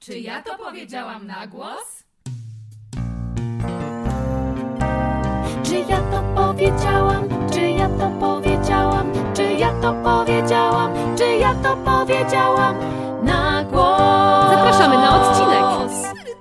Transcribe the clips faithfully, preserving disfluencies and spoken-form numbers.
Czy ja to powiedziałam na głos? Czy ja to powiedziałam? Czy ja to powiedziałam? Czy ja to powiedziałam? Czy ja to powiedziałam na głos? Zapraszamy na odcinek.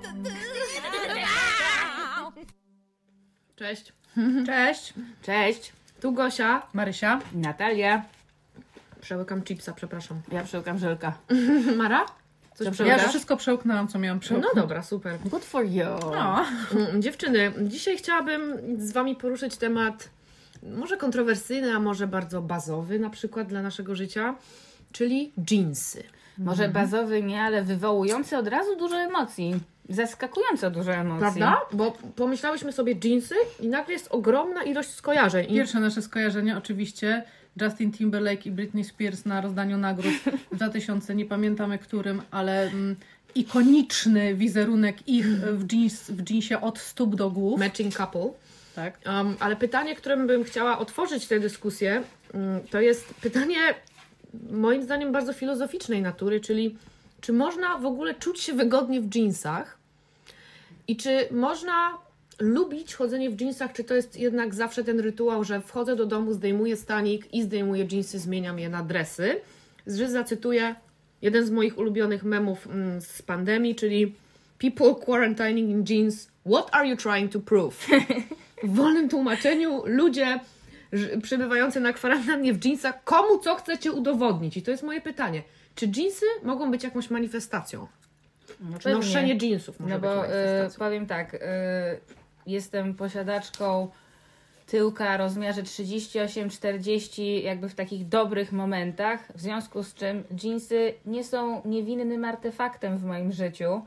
Cześć. Cześć. Cześć. Tu Gosia. Marysia. Natalia. Przełykam chipsa, przepraszam. Ja przełykam żelka. Mara? Coś Ja przełykasz? już wszystko przełknęłam, co miałam No przełknąć. dobra, super. Good for you. No. Dziewczyny, dzisiaj chciałabym z Wami poruszyć temat może kontrowersyjny, a może bardzo bazowy na przykład dla naszego życia, czyli dżinsy. Może bazowy nie, ale wywołujący od razu dużo emocji. Zaskakująco dużo emocji. Prawda? Bo pomyślałyśmy sobie dżinsy i nagle jest ogromna ilość skojarzeń. I Pierwsze nasze skojarzenie oczywiście Justin Timberlake i Britney Spears na rozdaniu nagród w dwa tysiące, nie pamiętamy którym, ale mm, ikoniczny wizerunek ich w, jeans, w jeansie od stóp do głów. matching couple. Tak. Um, ale pytanie, którym bym chciała otworzyć tę dyskusję, um, to jest pytanie moim zdaniem bardzo filozoficznej natury, czyli czy można w ogóle czuć się wygodnie w dżinsach i czy można lubić chodzenie w dżinsach, czy to jest jednak zawsze ten rytuał, że wchodzę do domu, zdejmuję stanik i zdejmuję dżinsy, zmieniam je na dresy. Że zacytuję jeden z moich ulubionych memów mm, z pandemii, czyli people quarantining in jeans, what are you trying to prove? W wolnym tłumaczeniu ludzie ż- przebywający na kwarantannie w dżinsach, komu co chcecie udowodnić? I to jest moje pytanie. Czy dżinsy mogą być jakąś manifestacją? No Czy pewnie. noszenie dżinsów może No być bo y, manifestacją? powiem tak, y, jestem posiadaczką tyłka o rozmiarze trzydzieści osiem czterdzieści jakby w takich dobrych momentach, w związku z czym dżinsy nie są niewinnym artefaktem w moim życiu.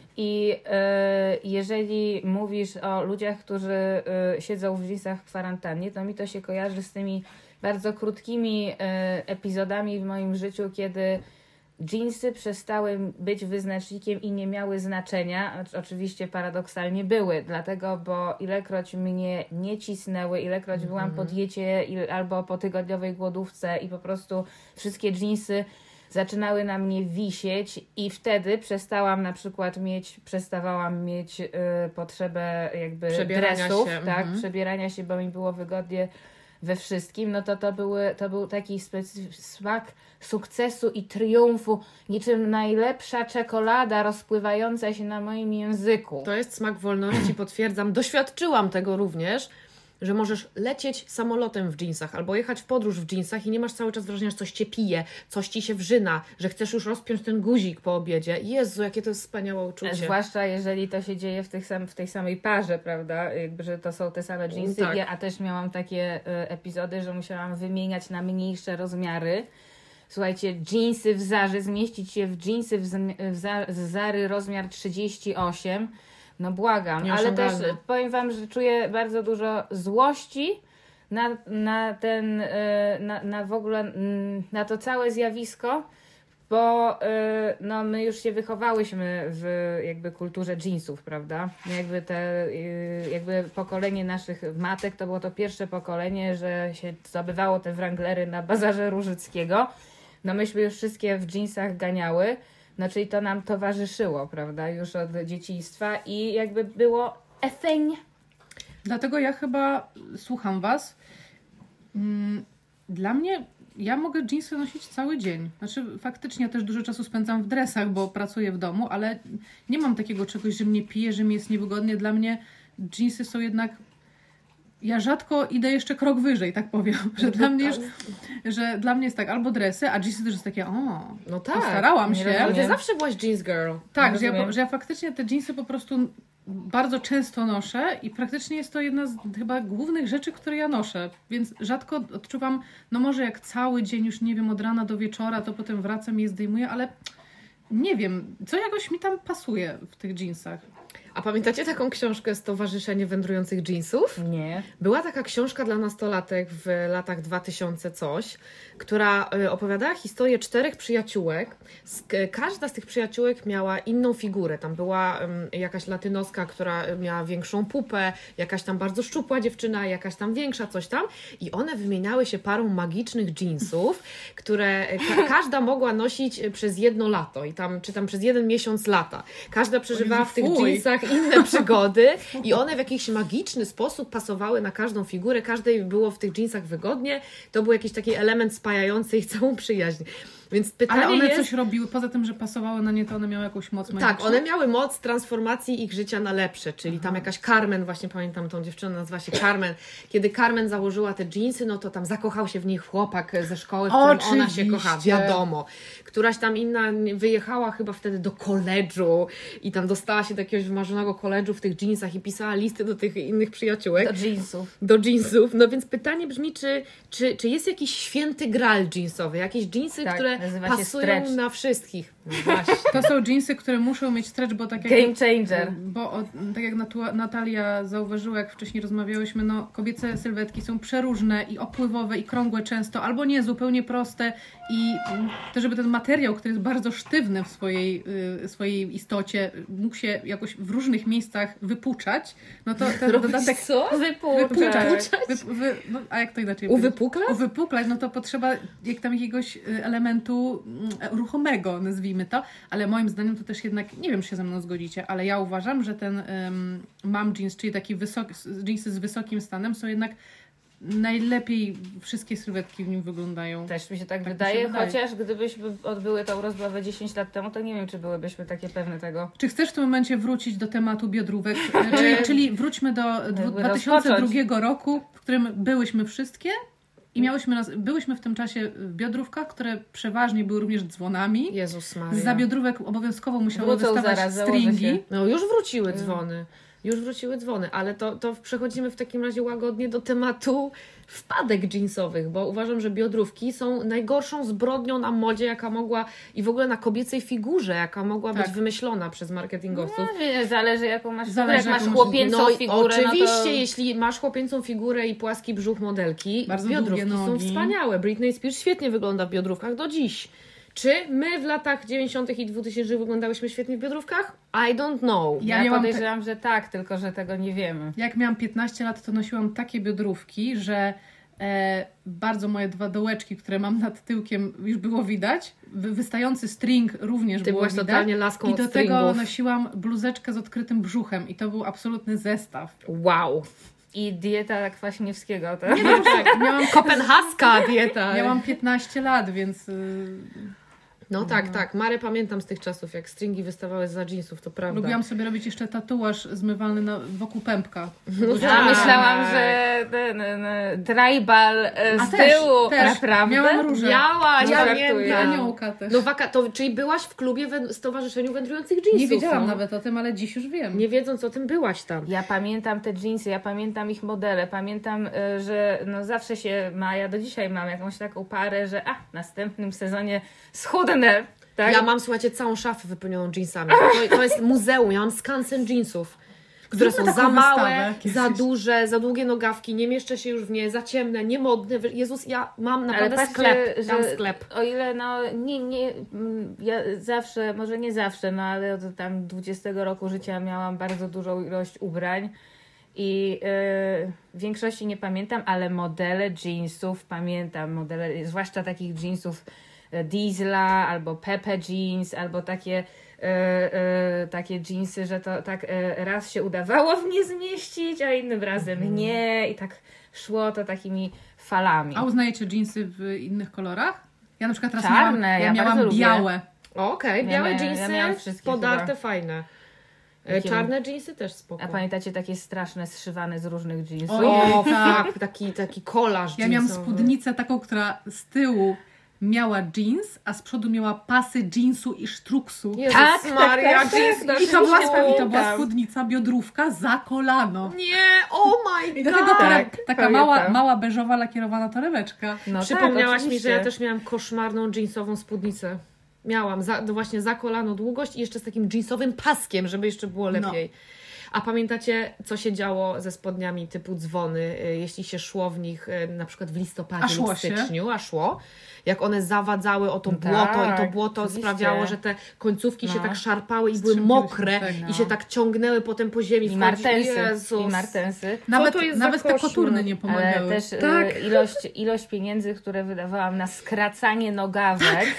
I y, jeżeli mówisz o ludziach, którzy y, siedzą w dżinsach w kwarantannie, to mi to się kojarzy z tymi bardzo krótkimi y, epizodami w moim życiu, kiedy dżinsy przestały być wyznacznikiem i nie miały znaczenia. Oczywiście paradoksalnie były, dlatego, bo ilekroć mnie nie cisnęły, ilekroć byłam po diecie il, albo po tygodniowej głodówce i po prostu wszystkie dżinsy zaczynały na mnie wisieć i wtedy przestałam na przykład mieć, przestawałam mieć y, potrzebę jakby Przebierania dresów, się, tak, mhm. przebierania się, bo mi było wygodnie we wszystkim, no to to, były, to był taki specyf- smak sukcesu i triumfu, niczym najlepsza czekolada rozpływająca się na moim języku. To jest smak wolności, potwierdzam. Doświadczyłam tego również, że możesz lecieć samolotem w dżinsach albo jechać w podróż w dżinsach i nie masz cały czas wrażenia, że coś cię pije, coś ci się wrzyna, że chcesz już rozpiąć ten guzik po obiedzie. Jezu, jakie to jest wspaniałe uczucie. Zwłaszcza jeżeli to się dzieje w, tych sam, w tej samej parze, prawda? Jakby, że to są te same dżinsy. Tak. Ja, a też miałam takie y, epizody, że musiałam wymieniać na mniejsze rozmiary. Słuchajcie, dżinsy w Zarze, zmieścić się w dżinsy w, zmi- w za- z Zary rozmiar trzydzieści osiem. No błagam, ale też Nieosiągalne. powiem Wam, że czuję bardzo dużo złości na, na ten, y, na, na w ogóle mm, na to całe zjawisko, bo y, no, my już się wychowałyśmy w jakby kulturze dżinsów, prawda? Jakby te y, jakby pokolenie naszych matek to było to pierwsze pokolenie, że się zdobywało te wranglery na bazarze Różyckiego. No myśmy już wszystkie w dżinsach ganiały, no czyli to nam towarzyszyło, prawda? Już od dzieciństwa i jakby było a thing. Dlatego ja chyba słucham Was. Mm, Dla mnie, ja mogę dżinsy nosić cały dzień. Znaczy faktycznie ja też dużo czasu spędzam w dresach, bo pracuję w domu, ale nie mam takiego czegoś, że mnie pije, że mi jest niewygodnie. Dla mnie dżinsy są jednak... Ja rzadko idę jeszcze krok wyżej, tak powiem. Że dla mnie, jest, że dla mnie jest tak albo dresy, a dżinsy też jest takie, o, No tak. postarałam nie się. rozumiem. Ale ty zawsze byłaś jeans girl. Tak, że ja, Rozumiem. że ja faktycznie te dżinsy po prostu bardzo często noszę i praktycznie jest to jedna z chyba głównych rzeczy, które ja noszę, więc rzadko odczuwam, no może jak cały dzień już nie wiem, od rana do wieczora, to potem wracam i je zdejmuję, ale nie wiem, co jakoś mi tam pasuje w tych dżinsach. A pamiętacie taką książkę Stowarzyszenie Wędrujących Jeansów? Nie. Była taka książka dla nastolatek w latach dwa tysiące coś, która y, opowiadała historię czterech przyjaciółek. Sk- Każda z tych przyjaciółek miała inną figurę. Tam była ym, jakaś latynoska, która miała większą pupę, jakaś tam bardzo szczupła dziewczyna, jakaś tam większa, coś tam. I one wymieniały się parą magicznych jeansów, które ka- każda mogła nosić przez jedno lato. I tam, czy tam przez jeden miesiąc lata. Każda przeżywała w tych Fuj. jeansach inne przygody i one w jakiś magiczny sposób pasowały na każdą figurę, każdej było w tych jeansach wygodnie. To był jakiś taki element spajający ich całą przyjaźń. Więc pytanie Ale one jest... coś robiły, poza tym, że pasowały na nie, to one miały jakąś moc magiczną. Tak, one miały moc transformacji ich życia na lepsze, czyli Aha. tam jakaś Carmen, właśnie pamiętam tą dziewczynę, nazywa się Carmen. Kiedy Carmen założyła te dżinsy, no to tam zakochał się w nich chłopak ze szkoły, w którym Oczywiście. ona się kocha, wiadomo. Któraś tam inna wyjechała chyba wtedy do koledżu i tam dostała się do jakiegoś wymarzonego koledżu w tych dżinsach i pisała listy do tych innych przyjaciółek. Do jeansów. Do jeansów. No więc pytanie brzmi, czy, czy, czy jest jakiś święty graal jeansowy, jakieś jeansy, Tak, które nazywa się pasują stretch. na wszystkich. No właśnie. To są jeansy, które muszą mieć stretch, bo tak jak... Game changer. Bo o, tak jak Natu- Natalia zauważyła, jak wcześniej rozmawiałyśmy, no kobiece sylwetki są przeróżne i opływowe i krągłe często, albo nie, zupełnie proste i mm, to, żeby ten materiał, który jest bardzo sztywny w swojej, y, swojej istocie, mógł się jakoś w różnych miejscach wypuczać, no to ten dodatek... Co? Wypuczać. Wy, wy, no, a jak to inaczej Uwypuklać? powiedzieć? Uwypuklać, no to potrzeba jak tam jakiegoś y, elementu mm, ruchomego, nazwijmy to, ale moim zdaniem to też jednak, nie wiem, czy się ze mną zgodzicie, ale ja uważam, że ten um, mom jeans, czyli taki wysoki, jeansy z wysokim stanem są jednak najlepiej wszystkie sylwetki w nim wyglądają. Też mi się tak, Tak mi wydaje, się wydaje. chociaż gdybyśmy odbyły tą rozmowę dziesięć lat temu, to nie wiem, czy byłybyśmy takie pewne tego. Czy chcesz w tym momencie wrócić do tematu biodrówek? E, czyli, czyli wróćmy do dwu- dwa tysiące drugiego roku, w którym byłyśmy wszystkie i miałyśmy nas, byłyśmy w tym czasie w biodrówkach, które przeważnie były również dzwonami. Jezus Maria. Za biodrówek obowiązkowo musiały Wrócą wystawać zaraz, założę stringi. się. No już wróciły dzwony. Już wróciły dzwony, ale to, to przechodzimy w takim razie łagodnie do tematu wpadek jeansowych, bo uważam, że biodrówki są najgorszą zbrodnią na modzie, jaka mogła i w ogóle na kobiecej figurze, jaka mogła Tak. być wymyślona przez marketingowców. No, nie, zależy jaką masz Zależy, figurę. Jak jaką masz masz- chłopięcą No i figurę, oczywiście, no to... jeśli masz chłopięcą figurę i płaski brzuch modelki, Bardzo biodrówki długie są nogi. wspaniałe. Britney Spears świetnie wygląda w biodrówkach do dziś. Czy my w latach dziewięćdziesiątych i dwutysięcznych wyglądałyśmy świetnie w biodrówkach? I don't know. Ja Ja, miałam podejrzewam, że tak, tylko że tego nie wiemy. Jak miałam piętnaście lat, to nosiłam takie biodrówki, że e, bardzo moje dwa dołeczki, które mam nad tyłkiem, już było widać. Wy, wystający string również Ty było byłaś widać. totalnie laską I od do stringów. tego nosiłam bluzeczkę z odkrytym brzuchem i to był absolutny zestaw. Wow. I dieta Kwaśniewskiego, tak? Nie wiem, tak, miałam, Kopenhaska dieta. miałam piętnaście lat, więc... y, No tak, tak. Marę pamiętam z tych czasów, jak stringi wystawały za jeansów, to prawda. Lubiłam sobie robić jeszcze tatuaż zmywalny na, wokół pępka. Ja tak. myślałam, że ten, ten tribal e, z A też, tyłu. też. Naprawdę? Miałam róże. Miałaś, Nie ja żartuję. pamiętam. Aniołka też. No waka, to, czyli byłaś w klubie, w Stowarzyszeniu Wędrujących Jeansów. Nie wiedziałam no. nawet o tym, ale dziś już wiem. Nie wiedząc o tym, byłaś tam. Ja pamiętam te dżinsy, ja pamiętam ich modele, pamiętam, e, że no zawsze się ma, ja do dzisiaj mam jakąś taką parę, że a, w następnym sezonie schudnę. Tak? Ja mam, słuchajcie, całą szafę wypełnioną jeansami. To, to jest muzeum, ja mam skansen jeansów, które Zróbmy są taką za małe, wystawę kiedyś. za duże, za długie nogawki, nie mieszczę się już w nie, za ciemne, niemodne. Jezus, ja mam naprawdę patrzcie, sklep. że Ja mam sklep. O ile no nie, nie, mm, ja zawsze, może nie zawsze, no ale od tam dwudziestego roku życia miałam bardzo dużą ilość ubrań i yy, w większości nie pamiętam, ale modele jeansów pamiętam, modele, zwłaszcza takich jeansów e, Diesla albo Pepe jeans, albo takie e, e, takie jeansy, że to tak e, raz się udawało w nie zmieścić, a innym razem nie i tak szło to takimi falami. A uznajecie dżinsy w innych kolorach? Ja na przykład teraz Czarne, miałam, ja ja miałam bardzo lubię. białe. Okej, Ja białe miałam- ja jeansy, miałam wszystkie podarte, chyba. fajne. E, Jakie Czarne jeansy też spoko. A pamiętacie takie straszne, zszywane z różnych jeansów? Ojej. O, tak. tak, taki, taki kolaż Ja miałam jeansowy. spódnicę taką, która z tyłu miała jeans, a z przodu miała pasy jeansu i sztruksu. Jezus Tak, Maria, tak, tak, jeans tak. I to, była, nie i to była pamiętam. spódnica, biodrówka za kolano. Nie, oh my I god! do tego Tak, tore- taka pamiętam. mała, mała beżowa lakierowana torebeczka. No Przypomniałaś tak, mi, że oczywiście. ja też miałam koszmarną jeansową spódnicę. Miałam za, no właśnie za kolano długość i jeszcze z takim jeansowym paskiem, żeby jeszcze było lepiej. No. A pamiętacie, co się działo ze spodniami typu dzwony, jeśli się szło w nich na przykład w listopadzie lub w styczniu, a szło? Jak one zawadzały o to błoto tak, i to błoto oczywiście. sprawiało, że te końcówki no. się tak szarpały i były mokre tak, no. i się tak ciągnęły potem po ziemi. I martensy. I martensy. Nawet, nawet te koturny nie pomagały. Ale też tak. ilość, ilość pieniędzy, które wydawałam na skracanie nogawek.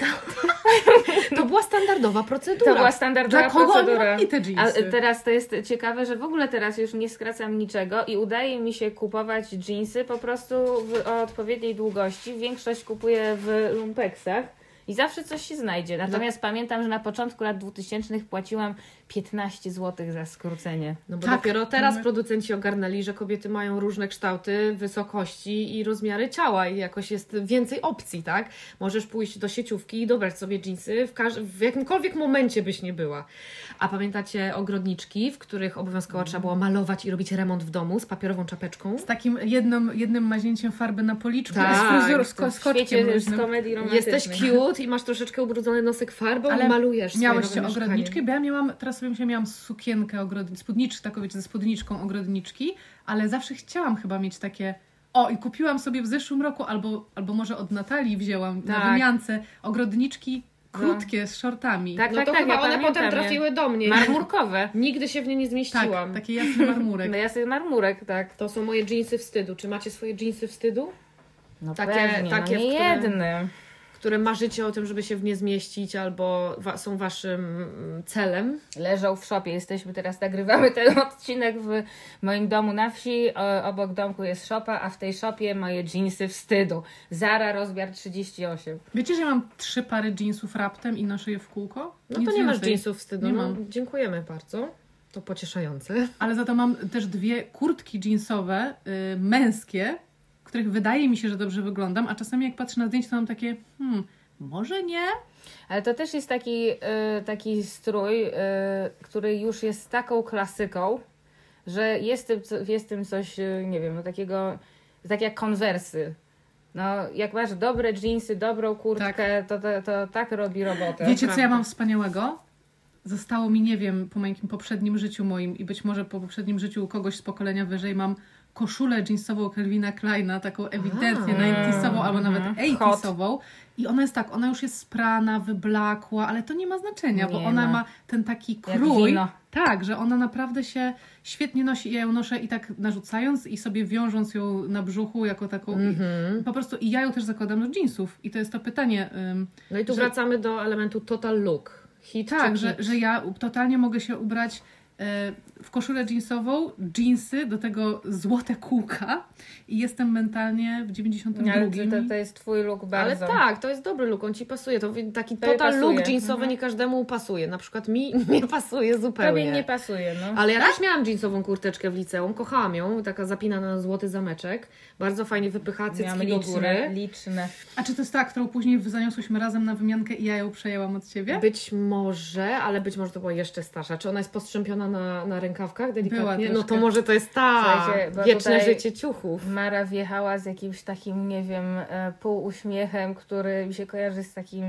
To była standardowa procedura. To była standardowa Dla kogo procedura. I te jeansy? A teraz to jest ciekawe, że w ogóle teraz już nie skracam niczego i udaje mi się kupować jeansy po prostu w, o odpowiedniej długości. Większość kupuję w lumpeksach i zawsze coś się znajdzie. Natomiast no. pamiętam, że na początku lat dwutysięcznych płaciłam piętnaście złotych za skrócenie. No bo tak, dopiero teraz my... producenci ogarnęli, że kobiety mają różne kształty, wysokości i rozmiary ciała i jakoś jest więcej opcji, tak? Możesz pójść do sieciówki i dobrać sobie dżinsy w, każ- w jakimkolwiek momencie byś nie była. A pamiętacie ogrodniczki, w których obowiązkowo mm. trzeba było malować i robić remont w domu z papierową czapeczką? Z takim jednym, jednym maźnięciem farby na policzku. Tak. Z fryzur, z, ko- z koczkiem z komedii romantycznej. Jesteś cute i masz troszeczkę ubrudzony nosek farbą ale i malujesz. Miałyście ogrodniczkę, bo ja miałam, teraz sobie myślę, miałam sukienkę ogrodniczkę, spódniczkę, taką wiecie, ze spódniczką ogrodniczki, ale zawsze chciałam chyba mieć takie, o i kupiłam sobie w zeszłym roku, albo, albo może od Natalii wzięłam tak. na wymiance ogrodniczki krótkie no. z shortami. Tak, no tak, to tak, chyba ja one pamiętam, potem trafiły do mnie. Marmurkowe. Nigdy się w nie nie zmieściłam. Tak, taki jasny marmurek. No jasny marmurek, tak. To są moje dżinsy wstydu. Czy macie swoje dżinsy wstydu? No takie, pewnie, takie, no nie które... jedne. które marzycie o tym, żeby się w nie zmieścić albo wa- są waszym celem. Leżą w szopie. Jesteśmy teraz, nagrywamy ten odcinek w moim domu na wsi. O, obok domku jest szopa, a w tej szopie moje dżinsy wstydu. Zara, rozmiar trzydzieści osiem. Wiecie, że ja mam trzy pary dżinsów raptem i noszę je w kółko? No Nic to nie więcej. masz dżinsów wstydu. Nie no, mam. Dziękujemy bardzo. To pocieszające. Ale za to mam też dwie kurtki dżinsowe, yy, męskie, w których wydaje mi się, że dobrze wyglądam, a czasami jak patrzę na zdjęcie, to mam takie, hmm, może nie? Ale to też jest taki, y, taki strój, y, który już jest taką klasyką, że jest tym, jest tym coś, y, nie wiem, no takiego, tak jak konwersy. No, jak masz dobre dżinsy, dobrą kurtkę, tak. To, to, to tak robi robotę. Wiecie, co ja mam wspaniałego? Zostało mi, nie wiem, po moim poprzednim życiu moim i być może po poprzednim życiu kogoś z pokolenia wyżej mam koszulę jeansową Calvina Kleina, taką ewidentnie dziewięćdziesiątą albo nawet osiemdziesiątą. I ona jest tak, ona już jest sprana, wyblakła, ale to nie ma znaczenia, nie bo ona ma. ma ten taki krój. Tak, że ona naprawdę się świetnie nosi i ja ją noszę i tak narzucając i sobie wiążąc ją na brzuchu jako taką. Mm-hmm. I po prostu i ja ją też zakładam do jeansów. I to jest to pytanie. Um, no i tu że, wracamy do elementu total look. Hit tak, że, że ja totalnie mogę się ubrać w koszulę jeansową, jeansy, do tego złote kółka i jestem mentalnie w dziewięćdziesiątym drugim. To, to jest twój look bardzo. Ale tak, to jest dobry look, on ci pasuje. To taki to total pasuje. look jeansowy mhm. nie każdemu pasuje. Na przykład mi nie pasuje zupełnie. Tobie nie pasuje, no. Ale ja tak? też miałam jeansową kurteczkę w liceum, kochałam ją, taka zapinana na złoty zameczek. Bardzo fajnie wypychała cycki do góry. Liczne. A czy to jest ta, którą później zaniosłyśmy razem na wymiankę i ja ją przejęłam od ciebie? Być może, ale być może to była jeszcze starsza. Czy ona jest postrzępiona na, na rękawkach delikatnie? No to może to jest ta wieczne życie ciuchów. Mara wjechała z jakimś takim, nie wiem, półuśmiechem, który mi się kojarzy z takim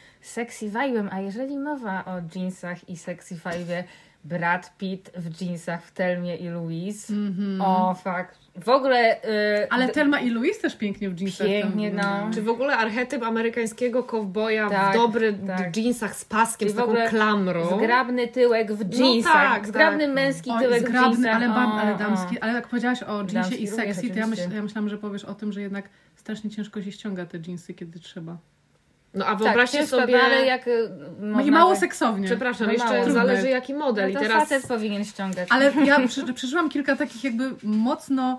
sexy vibe'em. A jeżeli mowa o jeansach i sexy vibe'ie, Brad Pitt w jeansach w Thelmie i Louise. Mm-hmm. O, fuck. W ogóle... Yy, Ale Thelma i Louise też pięknie w jeansach. Pięknie, no. Czy w ogóle archetyp amerykańskiego kowboja tak, w dobrych tak. jeansach z paskiem, z taką klamrą. Zgrabny tyłek w jeansach. No tak, zgrabny tak. męski o, tyłek zgrabny, w jeansach. Ale, o, ale damski. Ale jak powiedziałaś o jeansie i również, sexy, to ja, myśl, ja myślałam, że powiesz o tym, że jednak strasznie ciężko się ściąga te jeansy, kiedy trzeba. No a wyobraźcie tak, sobie... ale jak no i mało seksownie. Przepraszam, no jeszcze mało. zależy jaki model. No to I teraz facet powinien ściągać. Ale ja przy, przeżyłam kilka takich jakby mocno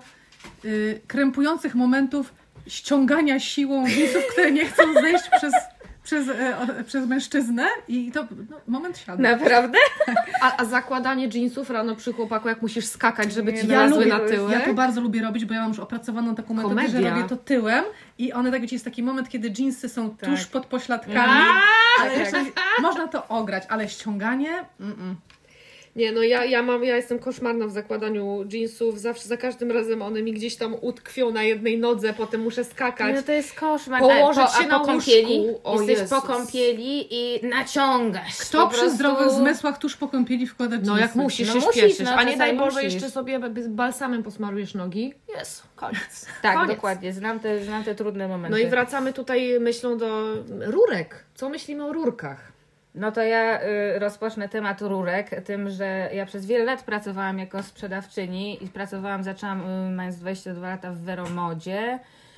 y, krępujących momentów ściągania siłą jeansów, które nie chcą zejść przez, przez, y, o, przez mężczyznę i to no, moment siadł. Naprawdę? A, a zakładanie jeansów rano przy chłopaku, jak musisz skakać, żeby ci ja wlazły lubię, na tyłek? Ja to bardzo lubię robić, bo ja mam już opracowaną taką metodę, Komedia. że robię to tyłem i one tak, wiecie, jest taki moment, kiedy jeansy są tak. tuż pod pośladkami, A, ale tak. jeszcze można to ograć, ale ściąganie... Mm-mm. Nie, no ja, ja mam, ja jestem koszmarna w zakładaniu jeansów, zawsze, za każdym razem one mi gdzieś tam utkwią na jednej nodze, potem muszę skakać. No to jest koszmar. Położyć a, po, się a na po kąpieli, łóżku. O jesteś Jezus. po kąpieli i naciągasz. Kto po przy prostu... zdrowych zmysłach tuż po kąpieli wkłada No dżinsy? jak musisz No się musisz, śpieszysz, no, a nie daj czasami Boże musisz. jeszcze sobie balsamem posmarujesz nogi. Jest, koniec. Tak, koniec. dokładnie. Znam te, znam te trudne momenty. No i wracamy tutaj myślą do rurek. Co myślimy o rurkach? No to ja y, rozpocznę temat rurek tym, że ja przez wiele lat pracowałam jako sprzedawczyni i pracowałam, zaczęłam y, mając dwadzieścia dwa lata w Veromodzie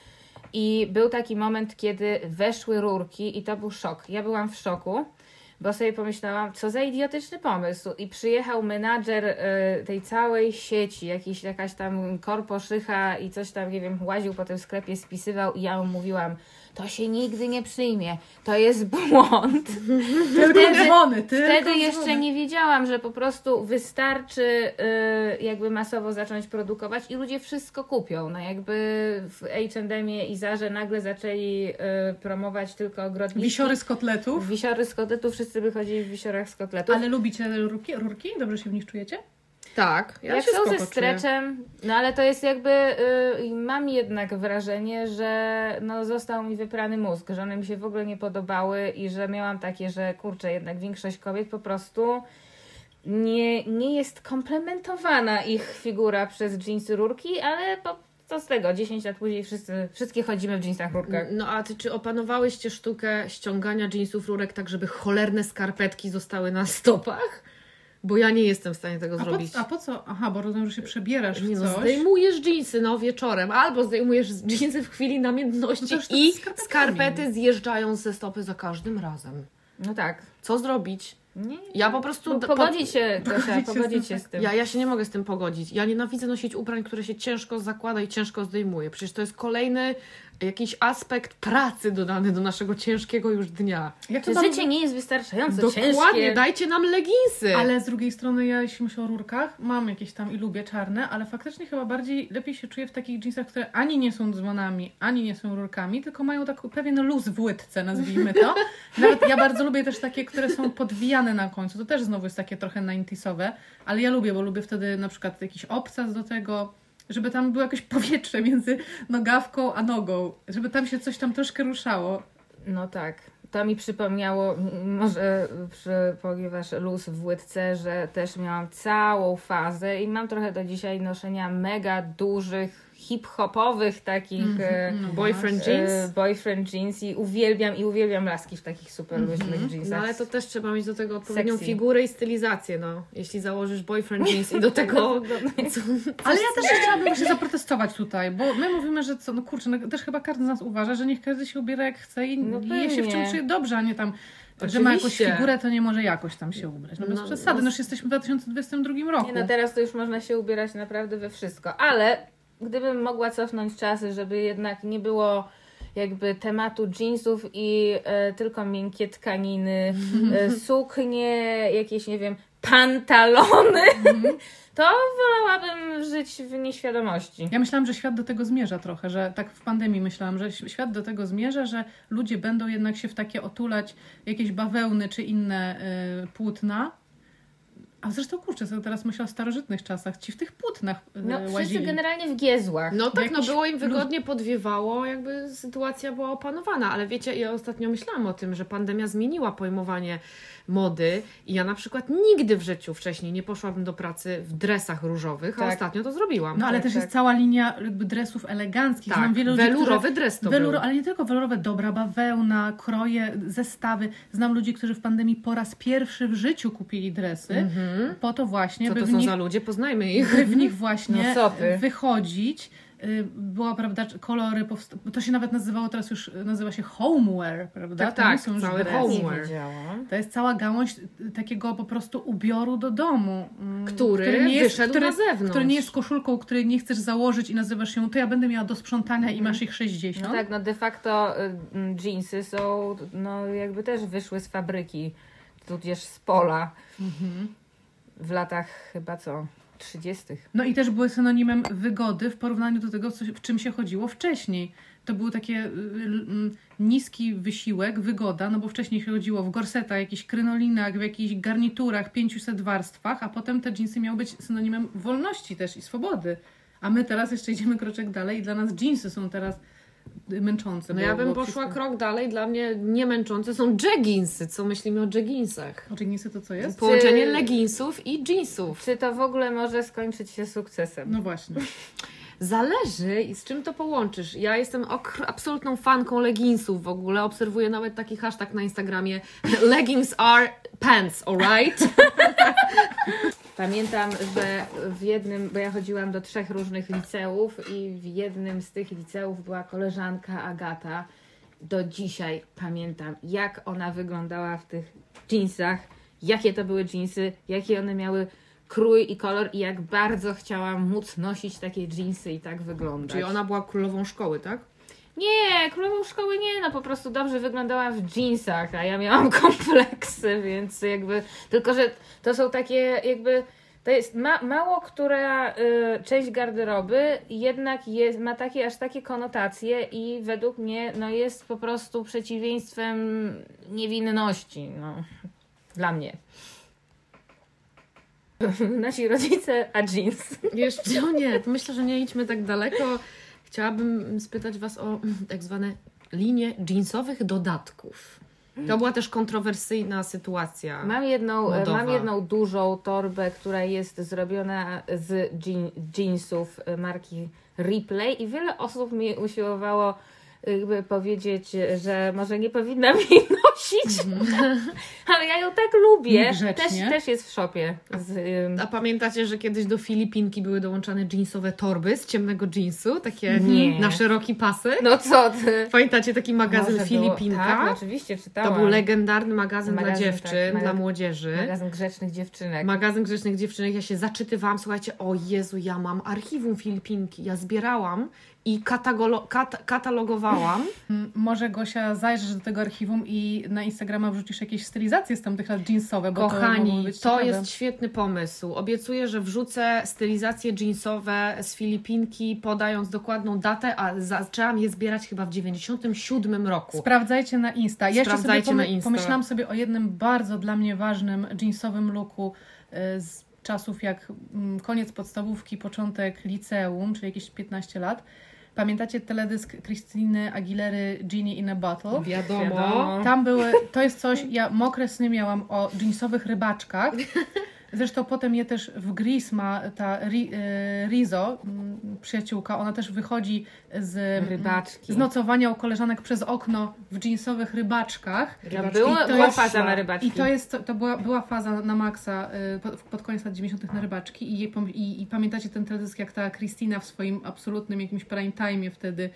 i był taki moment, kiedy weszły rurki i to był szok. Ja byłam w szoku, bo sobie pomyślałam, co za idiotyczny pomysł. I przyjechał menadżer y, tej całej sieci, jakiś, jakaś tam korposzycha i coś tam, nie wiem, łaził po tym sklepie, spisywał i ja mu mówiłam, to się nigdy nie przyjmie, to jest błąd. Tylko Wtedy- dzwony, tylko Wtedy dzwony. jeszcze nie wiedziałam, że po prostu wystarczy y, jakby masowo zacząć produkować i ludzie wszystko kupią. No jakby w H and M i Zarze nagle zaczęli y, promować tylko ogrodniki. Wisiory z kotletów. Wisiory z kotletów, wszyscy wychodzili w wisiorach z kotletów. Ale lubicie rurki? rurki? Dobrze się w nich czujecie? Tak, ja Jak się są spoko ze czuję. streczem, no ale to jest jakby, y, mam jednak wrażenie, że no został mi wyprany mózg, że one mi się w ogóle nie podobały i że miałam takie, że kurczę, jednak większość kobiet po prostu nie, nie jest komplementowana ich figura przez jeansy rurki, ale po, co z tego, dziesięć lat później wszyscy, wszystkie chodzimy w jeansach rurkach. No a ty czy opanowałyście sztukę ściągania jeansów rurek tak, żeby cholerne skarpetki zostały na stopach? Bo ja nie jestem w stanie tego A zrobić. po, a po co? Aha, bo rozumiem, że się przebierasz Nie w no, coś. zdejmujesz dżinsy no wieczorem, albo zdejmujesz dżinsy w chwili namiętności No to już to i z skarpetkami. skarpety zjeżdżają ze stopy za każdym razem. No tak. Co zrobić? Nie, Ja po prostu... no, d- pogodzić się, Kasia, Pogodzić się z pogodzić tym, się z tym. Ja, ja się nie mogę z tym pogodzić. Ja nienawidzę nosić ubrań, które się ciężko zakłada i ciężko zdejmuje. Przecież to jest kolejny jakiś aspekt pracy dodany do naszego ciężkiego już dnia. Ja Czy chyba życie lubię- nie jest wystarczająco Dokładnie, ciężkie? dajcie nam leginsy. Ale z drugiej strony ja, jeśli myślę o rurkach, mam jakieś tam i lubię czarne, ale faktycznie chyba bardziej, lepiej się czuję w takich jeansach, które ani nie są dzwonami, ani nie są rurkami, tylko mają taki pewien luz w łydce, nazwijmy to. Nawet ja bardzo lubię też takie, które są podwijane na końcu. To też znowu jest takie trochę ninetysowe, ale ja lubię, bo lubię wtedy na przykład jakiś obcas do tego, żeby tam było jakieś powietrze między nogawką a nogą, żeby tam się coś tam troszkę ruszało. No tak. To mi przypomniało, m- może przy, ponieważ luz w łydce, że też miałam całą fazę i mam trochę do dzisiaj noszenia mega dużych, hip-hopowych takich e, No Boyfriend właśnie. jeans? e, boyfriend jeans i uwielbiam i uwielbiam laski w takich super luźnych No jeansach. ale to też trzeba mieć do tego odpowiednią Sexy. figurę i stylizację, no. Jeśli założysz boyfriend jeans i do tego... co, Ale ja też chciałabym właśnie zaprotestować tutaj, bo my mówimy, że co, no kurczę, no też chyba każdy z nas uważa, że niech każdy się ubiera jak chce i No je się w czym pewnie. czuje dobrze, a nie tam, że ma jakąś Oczywiście. figurę, to nie może jakoś tam się ubrać. No bez No, przesady, no- no już jesteśmy w dwa tysiące dwudziestym drugim roku. Nie, no teraz to już można się ubierać naprawdę we wszystko, ale gdybym mogła cofnąć czasy, żeby jednak nie było jakby tematu jeansów i e, tylko miękkie tkaniny, e, suknie, jakieś, nie wiem, pantalony, to wolałabym żyć w nieświadomości. Ja myślałam, że świat do tego zmierza trochę, że tak w pandemii myślałam, że ś- świat do tego zmierza, że ludzie będą jednak się w takie otulać jakieś bawełny czy inne y, płótna. A zresztą kurczę, co teraz myślę o starożytnych czasach, ci w tych płótnach y, No wszyscy łazili. generalnie w giezłach. No tak, no Jakiś było im luz- wygodnie podwiewało, jakby sytuacja była opanowana, ale wiecie, ja ostatnio myślałam o tym, że pandemia zmieniła pojmowanie mody i ja na przykład nigdy w życiu wcześniej nie poszłabym do pracy w dresach różowych, a Tak. ostatnio to zrobiłam. No ale Tak, też tak. jest cała linia jakby dresów eleganckich. tak, Znam wiele ludzi, welurowy którzy... dres to Weluro, był. ale nie tylko welurowe, dobra bawełna, kroje, zestawy. Znam ludzi, którzy w pandemii po raz pierwszy w życiu kupili dresy, Mhm. po to właśnie, Co by to w są nich, za ludzie? Poznajmy ich. by w nich właśnie No co ty? wychodzić. Y, Była, prawda, kolory, powsta- to się nawet nazywało, teraz już nazywa się homeware, prawda? Tak, To nie tak, są już cały dresy. home. Nie Homeware. wiedziałam. To jest cała gałąź y, takiego po prostu ubioru do domu. mm, Który nie jest, wyszedł który, na zewnątrz. który nie jest koszulką, której nie chcesz założyć i nazywasz ją, to ja będę miała do sprzątania i masz ich sześćdziesiąt. No tak, no de facto y, mm, jeansy są, no jakby też wyszły z fabryki, tudzież z pola w latach chyba co, trzydziestych. No i też były synonimem wygody w porównaniu do tego, co, w czym się chodziło wcześniej. to był takie y, y, niski wysiłek, wygoda, no bo wcześniej się chodziło w gorsetach, jakichś krynolinach, w jakichś garniturach, pięciuset warstwach, a potem te dżinsy miały być synonimem wolności też i swobody. A my teraz jeszcze idziemy kroczek dalej i dla nas dżinsy są teraz męczące. No bo, ja bym bo poszła wszystko... krok dalej. Dla mnie nie męczące są jeginsy. Co myślimy o jeginsach? A dżinsy to co jest? Połączenie leginsów i jeansów. Czy to w ogóle może skończyć się sukcesem? No właśnie. Zależy i z czym to połączysz. Ja jestem okr- absolutną fanką leginsów w ogóle. Obserwuję nawet taki hashtag na Instagramie leggings are pants, alright? Pamiętam, że w jednym, bo ja chodziłam do trzech różnych liceów i w jednym z tych liceów była koleżanka Agata. Do dzisiaj pamiętam, jak ona wyglądała w tych dżinsach, jakie to były dżinsy, jakie one miały krój i kolor i jak bardzo chciałam móc nosić takie dżinsy i tak wyglądać. Czyli ona była królową szkoły, tak? Nie, królową szkoły nie, no po prostu dobrze wyglądała w dżinsach, a ja miałam kompleksy, więc jakby, tylko że to są takie jakby, to jest ma, mało która y, część garderoby jednak jest, ma takie, aż takie konotacje i według mnie no jest po prostu przeciwieństwem niewinności, no, dla mnie. Nasi rodzice, a jeans. Wiesz, no nie, to myślę, że nie idźmy tak daleko. Chciałabym spytać Was o tak zwane linie jeansowych dodatków. To była też kontrowersyjna sytuacja. Mam jedną, modowa. mam jedną dużą torbę, która jest zrobiona z jean, jeansów marki Ripley i wiele osób mi usiłowało jakby powiedzieć, że może nie powinnam jej nosić, ale ja ją tak lubię. Też, też jest w szopie. Z, ym... A pamiętacie, że kiedyś do Filipinki były dołączane jeansowe torby z ciemnego jeansu? Takie Nie. na szeroki pasek? No co ty? Pamiętacie taki magazyn Może Filipinka? Było, tak, no oczywiście czytałam. To był legendarny magazyn, magazyn dla dziewczyn, tak, dla magazyn, młodzieży. Magazyn grzecznych dziewczynek. Magazyn grzecznych dziewczynek. Ja się zaczytywałam, słuchajcie, o Jezu, ja mam archiwum Filipinki. Ja zbierałam i katagolo- kat- katalogowałam. Może Gosia zajrzysz do tego archiwum i na Instagrama wrzucisz jakieś stylizacje z tamtych lat jeansowe, bo Kochani, to, być to ciekawe. jest świetny pomysł. Obiecuję, że wrzucę stylizacje jeansowe z Filipinki, podając dokładną datę, a zaczęłam je zbierać chyba w dziewięćdziesiątym siódmym roku. Sprawdzajcie na Insta. Ja jeszcze Sprawdzajcie sobie na pomy- Insta. pomyślałam sobie o jednym bardzo dla mnie ważnym jeansowym looku y, z czasów jak mm, koniec podstawówki, początek liceum, czyli jakieś piętnaście lat. Pamiętacie teledysk Christiny Aguilery Genie in a Bottle? Wiadomo. Wiadomo. Tam były, to jest coś, ja mokre sny miałam o jeansowych rybaczkach. Zresztą potem je też w Grease ma ta Ri, e, Rizzo, m, przyjaciółka, ona też wychodzi z, Rybaczki. z nocowania u koleżanek przez okno w jeansowych rybaczkach. Ja I była, to była jest- faza na rybaczki. I to jest, to, to była, była faza na maksa y, pod, pod koniec lat dziewięćdziesiątych na rybaczki i, jej pom- i, i pamiętacie ten teledysk, jak ta Christina w swoim absolutnym jakimś prime time'ie wtedy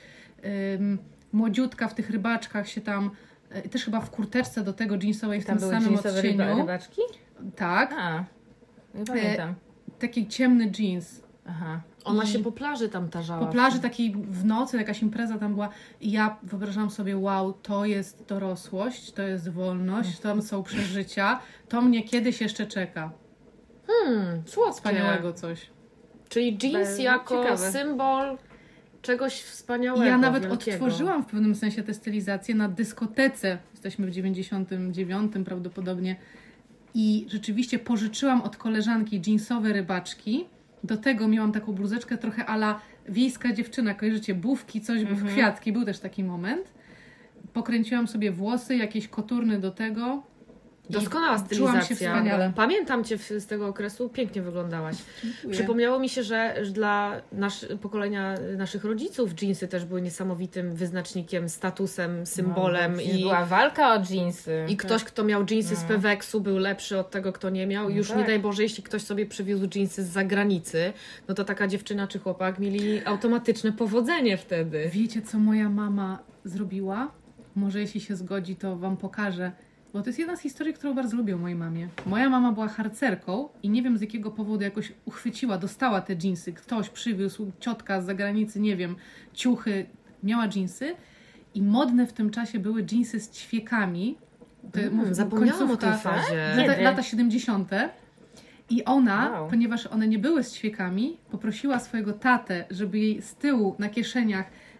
ym, młodziutka w tych rybaczkach się tam, y, też chyba w kurteczce do tego jeansowej w Tam tym były samym jeansowe ryba, odcieniu. rybaczki? Tak, A, nie pamiętam. taki ciemny jeans. Aha. Ona I- się po plaży tam tarzała. Po plaży takiej w nocy, jakaś impreza tam była i ja wyobrażałam sobie, wow, to jest dorosłość, to jest wolność, tam są przeżycia, to mnie kiedyś jeszcze czeka. Hmm, słodkie. Wspaniałego coś. Czyli jeans Bardzo jako ciekawe. symbol czegoś wspaniałego, I ja nawet wielkiego. odtworzyłam w pewnym sensie tę stylizację na dyskotece. Jesteśmy w dziewięćdziesiątym dziewiątym prawdopodobnie. I rzeczywiście pożyczyłam od koleżanki jeansowe rybaczki. Do tego miałam taką bluzeczkę trochę ala wiejska dziewczyna. Kojarzycie, bufki, coś, w kwiatki. Był też taki moment. Pokręciłam sobie włosy, jakieś koturny do tego. I Doskonała czułam się stylizacja. wspaniale. Pamiętam Cię w- z tego okresu, pięknie wyglądałaś. Dziękuję. Przypomniało mi się, że że dla nasz, pokolenia naszych rodziców dżinsy też były niesamowitym wyznacznikiem, statusem, symbolem. No, i, była walka o dżinsy. I ktoś, kto miał dżinsy z No. Peweksu, był lepszy od tego, kto nie miał. I No już tak. nie daj Boże, jeśli ktoś sobie przywiózł dżinsy z zagranicy, no to taka dziewczyna czy chłopak mieli automatyczne powodzenie wtedy. Wiecie, co moja mama zrobiła? Może jeśli się zgodzi, to wam pokażę. Bo to jest jedna z historii, którą bardzo lubię o mojej mamie. Moja mama była harcerką i nie wiem z jakiego powodu jakoś uchwyciła, dostała te dżinsy. Ktoś przywiózł, ciotka z zagranicy, nie wiem, ciuchy, miała dżinsy. I modne w tym czasie były dżinsy z ćwiekami. To Mm, mów- zapomniałam o końcówka- tej fazie. Lata, Kiedy? lata siedemdziesiąte. I ona, Wow. ponieważ one nie były z ćwiekami, poprosiła swojego tatę, żeby jej z tyłu na kieszeniach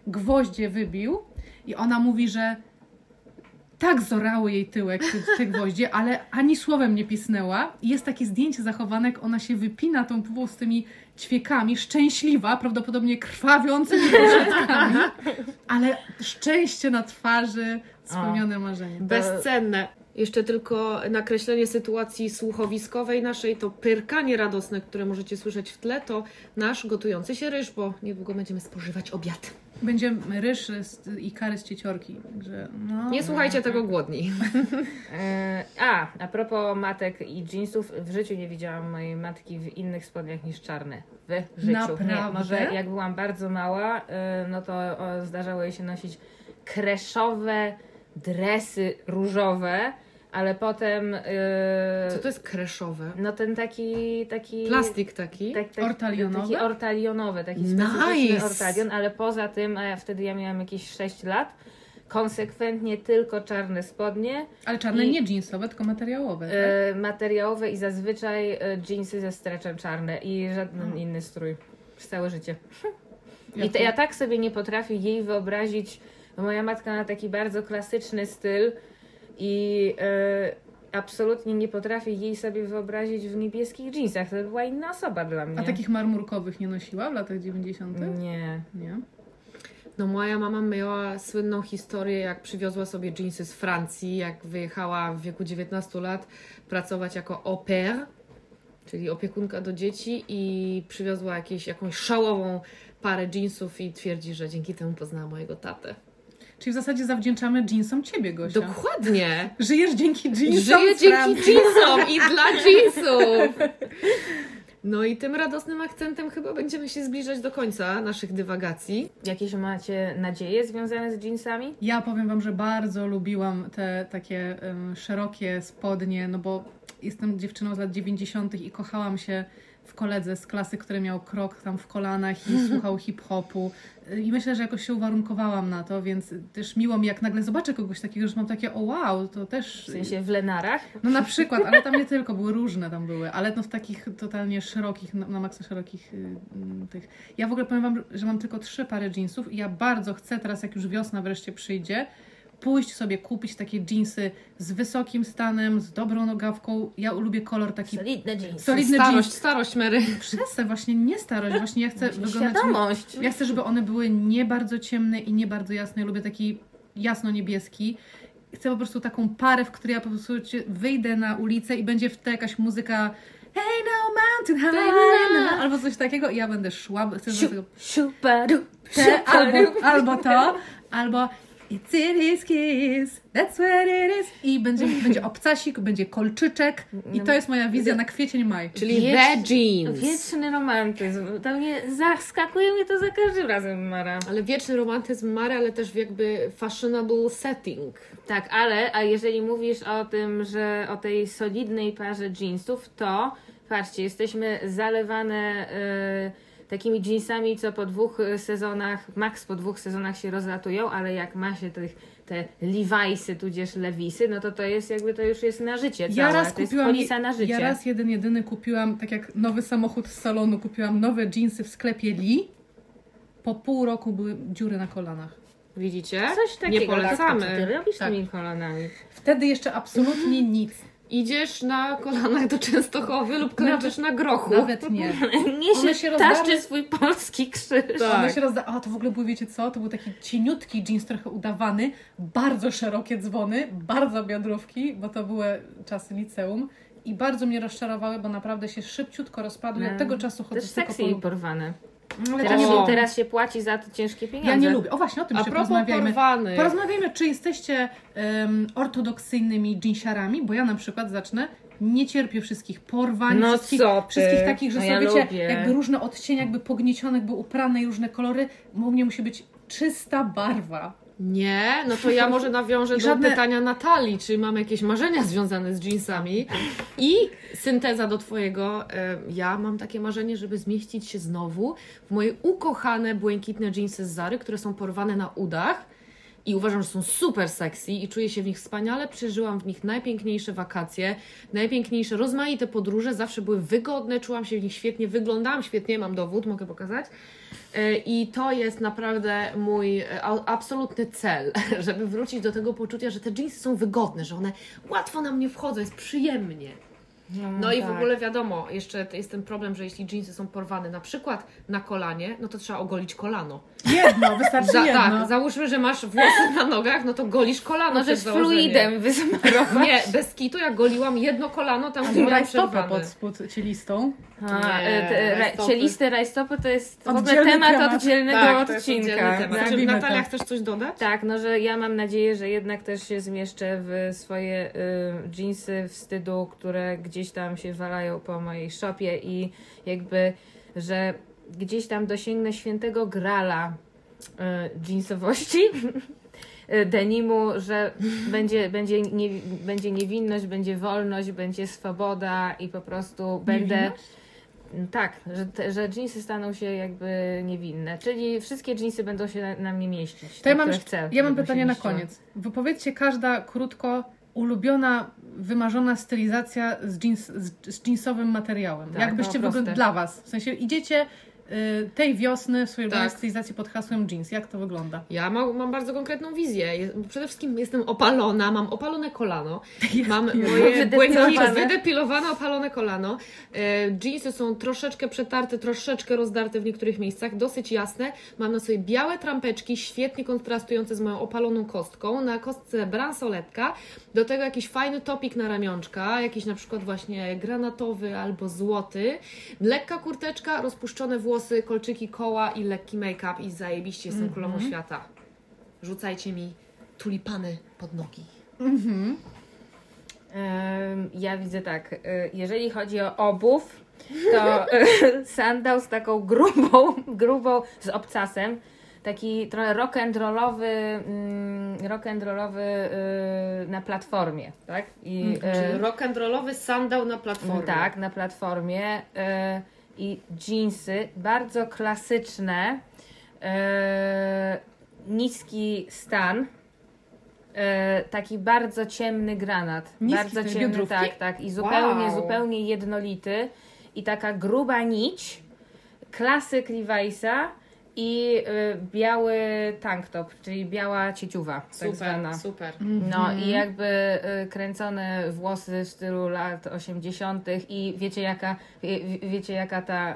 gwoździe wybił i ona mówi, że tak zorały jej tyłek te, te gwoździe, ale ani słowem nie pisnęła. I jest takie zdjęcie zachowane, jak ona się wypina tą pułą z tymi ćwiekami, szczęśliwa, prawdopodobnie krwawiącymi pośladkami, ale szczęście na twarzy, spełnione marzenie. Bezcenne. Jeszcze tylko nakreślenie sytuacji słuchowiskowej naszej, to pyrkanie radosne, które możecie słyszeć w tle, to nasz gotujący się ryż, bo niedługo będziemy spożywać obiad. Będzie ryż z, i kary z cieciorki. Także no. Nie słuchajcie tego głodni. E, A, a propos matek i jeansów, w życiu nie widziałam mojej matki w innych spodniach niż czarne. W życiu. Naprawdę? Nie, może jak byłam bardzo mała, e, no to o, zdarzało jej się nosić kreszowe dresy różowe, ale potem... E, Co to jest kreszowe? No ten taki... taki Plastik taki? Tak, tak, Ortalionowy? Taki ortalionowy, taki Nice. specyficzny ortalion, ale poza tym, a ja wtedy ja miałam jakieś sześć lat, konsekwentnie tylko czarne spodnie, Ale czarne I- nie jeansowe, tylko materiałowe. Tak? e, materiałowe i zazwyczaj e, jeansy ze stretchem czarne i żaden inny strój. Przez całe życie. I te, ja tak sobie nie potrafię jej wyobrazić, bo moja matka ma taki bardzo klasyczny styl i e, absolutnie nie potrafię jej sobie wyobrazić w niebieskich jeansach. To by była inna osoba dla mnie. A takich marmurkowych nie nosiła w latach dziewięćdziesiątych? Nie. Nie. No moja mama miała słynną historię, jak przywiozła sobie dżinsy z Francji, jak wyjechała w wieku dziewiętnastu lat pracować jako au pair, czyli opiekunka do dzieci i przywiozła jakieś, jakąś szałową parę dżinsów i twierdzi, że dzięki temu poznała mojego tatę. Czyli w zasadzie zawdzięczamy jeansom ciebie, Gosia. Dokładnie! Żyjesz dzięki jeansom Żyję z dzięki Francji. jeansom i dla jeansów! No i tym radosnym akcentem chyba będziemy się zbliżać do końca naszych dywagacji. Jakieś macie nadzieje związane z jeansami? Ja powiem Wam, że bardzo lubiłam te takie um, szerokie spodnie, no bo jestem dziewczyną z lat dziewięćdziesiątych i kochałam się w koledze z klasy, który miał krok tam w kolanach i słuchał hip-hopu. I myślę, że jakoś się uwarunkowałam na to, więc też miło mi, jak nagle zobaczę kogoś takiego, że mam takie, o wow, to też... W sensie w Lenarach? No na przykład, ale tam nie tylko, były różne tam były, ale no w takich totalnie szerokich, na, na maksa szerokich y, y, tych. Ja w ogóle powiem Wam, że mam tylko trzy pary jeansów i ja bardzo chcę teraz, jak już wiosna wreszcie przyjdzie, pójść sobie kupić takie jeansy z wysokim stanem, z dobrą nogawką. Ja lubię kolor taki... Solidne jeansy. Solidny Starość, jeans. starość, Mary. Przestań, właśnie nie starość, właśnie ja chcę wyglądać... Świadomość. Ja chcę, żeby one były nie bardzo ciemne i nie bardzo jasne. Ja lubię taki jasno-niebieski. Chcę po prostu taką parę, w której ja po prostu wyjdę na ulicę i będzie w tle jakaś muzyka Hey no mountain high, albo coś takiego i ja będę szła, chcę do tego Siupadu, te, albo, albo to, albo It's in his kiss, that's what it is. I będzie, będzie obcasik, będzie kolczyczek i to jest moja wizja na kwiecień, maj. Czyli Wiecz- the jeans. Wieczny romantyzm. To mnie zaskakuje mnie to za każdym razem, Mara. Ale wieczny romantyzm Mary, ale też jakby fashionable setting. Tak, ale a jeżeli mówisz o tym, że o tej solidnej parze jeansów, to patrzcie, jesteśmy zalewane y, takimi jeansami, co po dwóch sezonach, max po dwóch sezonach się rozlatują, ale jak ma się tych, te Levi'sy, tudzież Lewisy, no to to jest jakby, to już jest na życie całe. Ja raz to jest kupiłam, polisa na życie. ja raz jeden jedyny kupiłam, tak jak nowy samochód z salonu, kupiłam nowe jeansy w sklepie Lee. Po pół roku były dziury na kolanach. Widzicie? Coś takiego. Nie polecamy. Tak, co ty robisz Tak. tymi kolanami? Wtedy jeszcze absolutnie nic. Idziesz na kolanach do Częstochowy lub klęczysz na grochu. Nawet nie. Niesie, One się taszczy rozdarły. swój polski krzyż. Tak. One się rozda... O, to w ogóle był, wiecie co? To był taki cieniutki jeans, trochę udawany, bardzo szerokie dzwony, bardzo biodrówki, bo to były czasy liceum i bardzo mnie rozczarowały, bo naprawdę się szybciutko rozpadły. Od No. tego czasu chodzę Też tylko seksy po... i porwane. Ale to Teraz nie się, było. teraz się płaci za to ciężkie pieniądze. Ja nie lubię. O właśnie, o tym A się propos porozmawiajmy. porwanych. Porozmawiajmy, czy jesteście um, ortodoksyjnymi jeansiarami, bo ja na przykład zacznę, nie cierpię wszystkich porwań, No wszystkich, co ty? wszystkich takich, że No są, ja wiecie, lubię. jakby różne odcienie, jakby pogniecione, jakby uprane i różne kolory, bo u mnie musi być czysta barwa. Nie, no to ja może nawiążę I do żadne- pytania Natalii, czy mamy jakieś marzenia związane z jeansami. I synteza do Twojego. e, Ja mam takie marzenie, żeby zmieścić się znowu w moje ukochane błękitne jeansy z Zary, które są porwane na udach. i uważam, że są super sexy i czuję się w nich wspaniale, przeżyłam w nich najpiękniejsze wakacje, najpiękniejsze, rozmaite podróże, zawsze były wygodne, czułam się w nich świetnie, wyglądałam świetnie, mam dowód, mogę pokazać. I to jest naprawdę mój absolutny cel, żeby wrócić do tego poczucia, że te dżinsy są wygodne, że one łatwo na mnie wchodzą, jest przyjemnie. No, no i tak. w ogóle wiadomo, jeszcze jest ten problem, że jeśli dżinsy są porwane na przykład na kolanie, no to trzeba ogolić kolano. Jedno, wystarczy Za, jedno. Tak, załóżmy, że masz włosy na nogach, no to golisz kolano. Możesz przed założeniem. fluidem wysmarować. Nie, bez kitu, jak goliłam jedno kolano, tam gdzie miałam Rajstopę przerwane. pod spód cielistą. A, Nie, te, ra, rajstopy. cieliste rajstopy to jest w ogóle Oddzielny temat, temat. oddzielnego Tak, to jest oddzielny odcinka. temat. Tak? Czy Zrobimy Natalia, to. chcesz coś dodać? Tak, no że ja mam nadzieję, że jednak też się zmieszczę w swoje y, dżinsy wstydu, które gdzieś tam się walają po mojej szopie i jakby, że gdzieś tam dosięgnę świętego grala y, dżinsowości. denimu, że będzie, będzie, nie, będzie niewinność, będzie wolność, będzie swoboda i po prostu będę... Niewinność? Tak, że, te, że dżinsy staną się jakby niewinne, czyli wszystkie dżinsy będą się na, na mnie mieścić. To ja te, mam, które chcę, ja mam żeby pytanie się na mieściły. koniec. Wypowiedzcie każda krótko ulubiona, wymarzona stylizacja z, jeans, z, z jeansowym materiałem. Tak, Jakbyście no, proste. wyglądali dla Was? W sensie idziecie y, tej wiosny w swojej ulubionej Tak. stylizacji pod hasłem jeans. Jak to wygląda? Ja mam, mam bardzo konkretną wizję. Je- Przede wszystkim jestem opalona, mam opalone kolano, mam moje błękitne, Wydepilowane. wydepilowane, opalone kolano. E, dżinsy są troszeczkę przetarte, troszeczkę rozdarte w niektórych miejscach, dosyć jasne. Mam na sobie białe trampeczki, świetnie kontrastujące z moją opaloną kostką. Na kostce bransoletka, do tego jakiś fajny topik na ramionczka, jakiś na przykład właśnie granatowy albo złoty. Lekka kurteczka, rozpuszczone włosy, kolczyki, koła i lekki make-up i zajebiście jestem królową świata. Rzucajcie mi tulipany pod nogi. Ym, Ja widzę tak, y, jeżeli chodzi o obów, to y, sandał z taką grubą, grubą, z obcasem, taki trochę rock'n'rollowy, mm, rock'n'rollowy y, na platformie, tak? I, y, Czyli rock'n'rollowy sandał na platformie. Tak, na platformie. y, I dżinsy, bardzo klasyczne, y, niski stan. E, taki bardzo ciemny granat. Niski, bardzo te ciemny, biodrówki? tak, tak. I zupełnie, Wow. zupełnie jednolity. I taka gruba nić, klasyk Levi'sa i y, biały tank top, czyli biała cieciuwa, tak Super, zwana. super. No i jakby y, kręcone włosy w stylu lat osiemdziesiątych i wiecie jaka, wie, wiecie jaka ta y,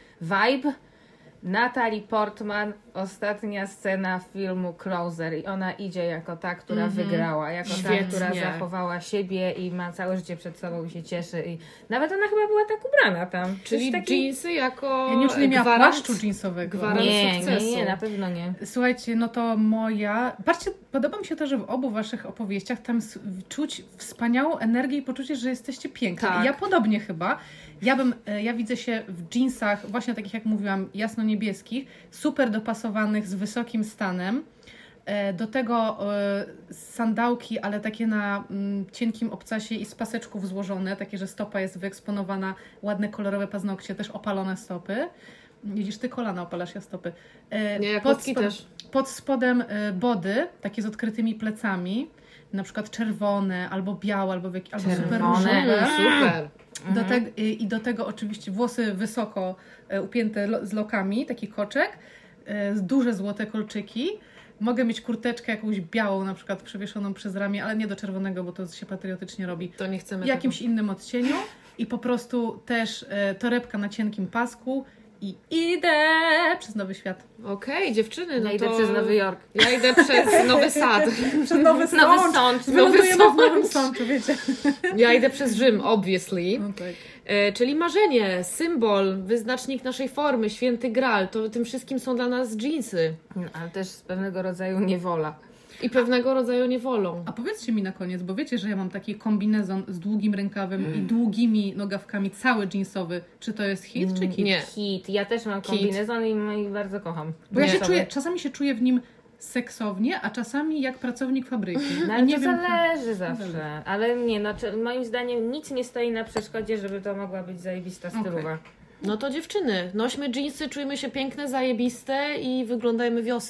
vibe? Natalie Portman, ostatnia scena filmu Closer i ona idzie jako ta, która wygrała, jako ta, Świetnie. która zachowała siebie i ma całe życie przed sobą i się cieszy i nawet ona chyba była tak ubrana tam. Czyli Coś taki... dżinsy jako Ja nie wiem, czy nie miała gwarant, płaszczu jeansowego. gwarant Nie, sukcesu. nie, nie, na pewno nie. Słuchajcie, no to moja... Patrzcie, podoba mi się to, że w obu waszych opowieściach tam s- czuć wspaniałą energię i poczucie, że jesteście piękne. Tak. I ja podobnie chyba. Ja bym, e, ja widzę się w dżinsach, właśnie takich jak mówiłam, jasno-niebieskich, super dopasowanych z wysokim stanem. E, Do tego e, sandałki, ale takie na mm, cienkim obcasie i z paseczków złożone, takie, że stopa jest wyeksponowana, ładne kolorowe paznokcie, też opalone stopy. Widzisz, ty kolana opalasz, ja stopy. E, Nie, ja pod kostki spodem- też. Pod spodem e, body, takie z odkrytymi plecami, na przykład czerwone, albo białe, albo, w jak, albo super Czerwone. różowe. Super. Do te, i, I do tego oczywiście włosy wysoko e, upięte lo, z lokami, taki koczek, e, duże złote kolczyki. Mogę mieć kurteczkę jakąś białą, na przykład przewieszoną przez ramię, ale nie do czerwonego, bo to się patriotycznie robi. To nie chcemy W jakimś innym odcieniu i po prostu też e, torebka na cienkim pasku i idę przez Nowy Świat. tego. Okej, dziewczyny, no Ja idę to... przez Nowy Jork. Ja idę przez Nowy Sad. Przez Nowy Sącz. Nowy Sącz. Wylądujemy Nowy w Nowym Sącz. Sączu, wiecie. Ja idę przez Rzym, obviously. No tak. E, czyli marzenie, symbol, wyznacznik naszej formy, święty Graal. To tym wszystkim są dla nas dżinsy. No, ale też z pewnego rodzaju niewola. I pewnego rodzaju niewolą. A powiedzcie mi na koniec, bo wiecie, że ja mam taki kombinezon z długim rękawem i długimi nogawkami, cały jeansowy. Czy to jest hit, czy kit? Nie. Hit. Ja też mam Kit. kombinezon i, i bardzo kocham. Bo ja się Jeansowy. czuję, czasami się czuję w nim seksownie, a czasami jak pracownik fabryki. No, I ale nie to wiem, zależy zawsze. Ale nie, no, czy, moim zdaniem nic nie stoi na przeszkodzie, żeby to mogła być zajebista stylowa. No to dziewczyny, nośmy dżinsy, czujmy się piękne, zajebiste i wyglądajmy wiosny.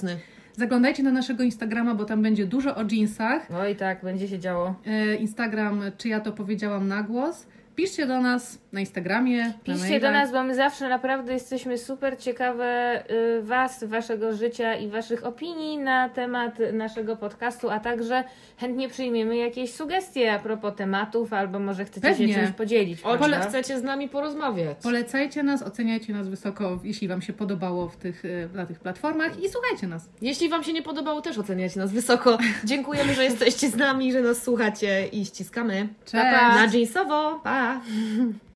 Zaglądajcie na naszego Instagrama, bo tam będzie dużo o jeansach. No i tak, będzie się działo. E, Instagram, czy ja to powiedziałam na głos. Piszcie do nas na Instagramie, na Piszcie mailach. do nas, bo my zawsze naprawdę jesteśmy super ciekawe y, Was, Waszego życia i Waszych opinii na temat naszego podcastu, a także chętnie przyjmiemy jakieś sugestie a propos tematów, albo może chcecie Pewnie. się czymś podzielić. O czym prawda? chcecie z nami porozmawiać? Polecajcie nas, oceniajcie nas wysoko, jeśli Wam się podobało w tych, e, na tych platformach i słuchajcie nas. Jeśli Wam się nie podobało, też oceniajcie nas wysoko. Dziękujemy, że jesteście z nami, że nas słuchacie i ściskamy. Cześć! Na jeansowo! Pa!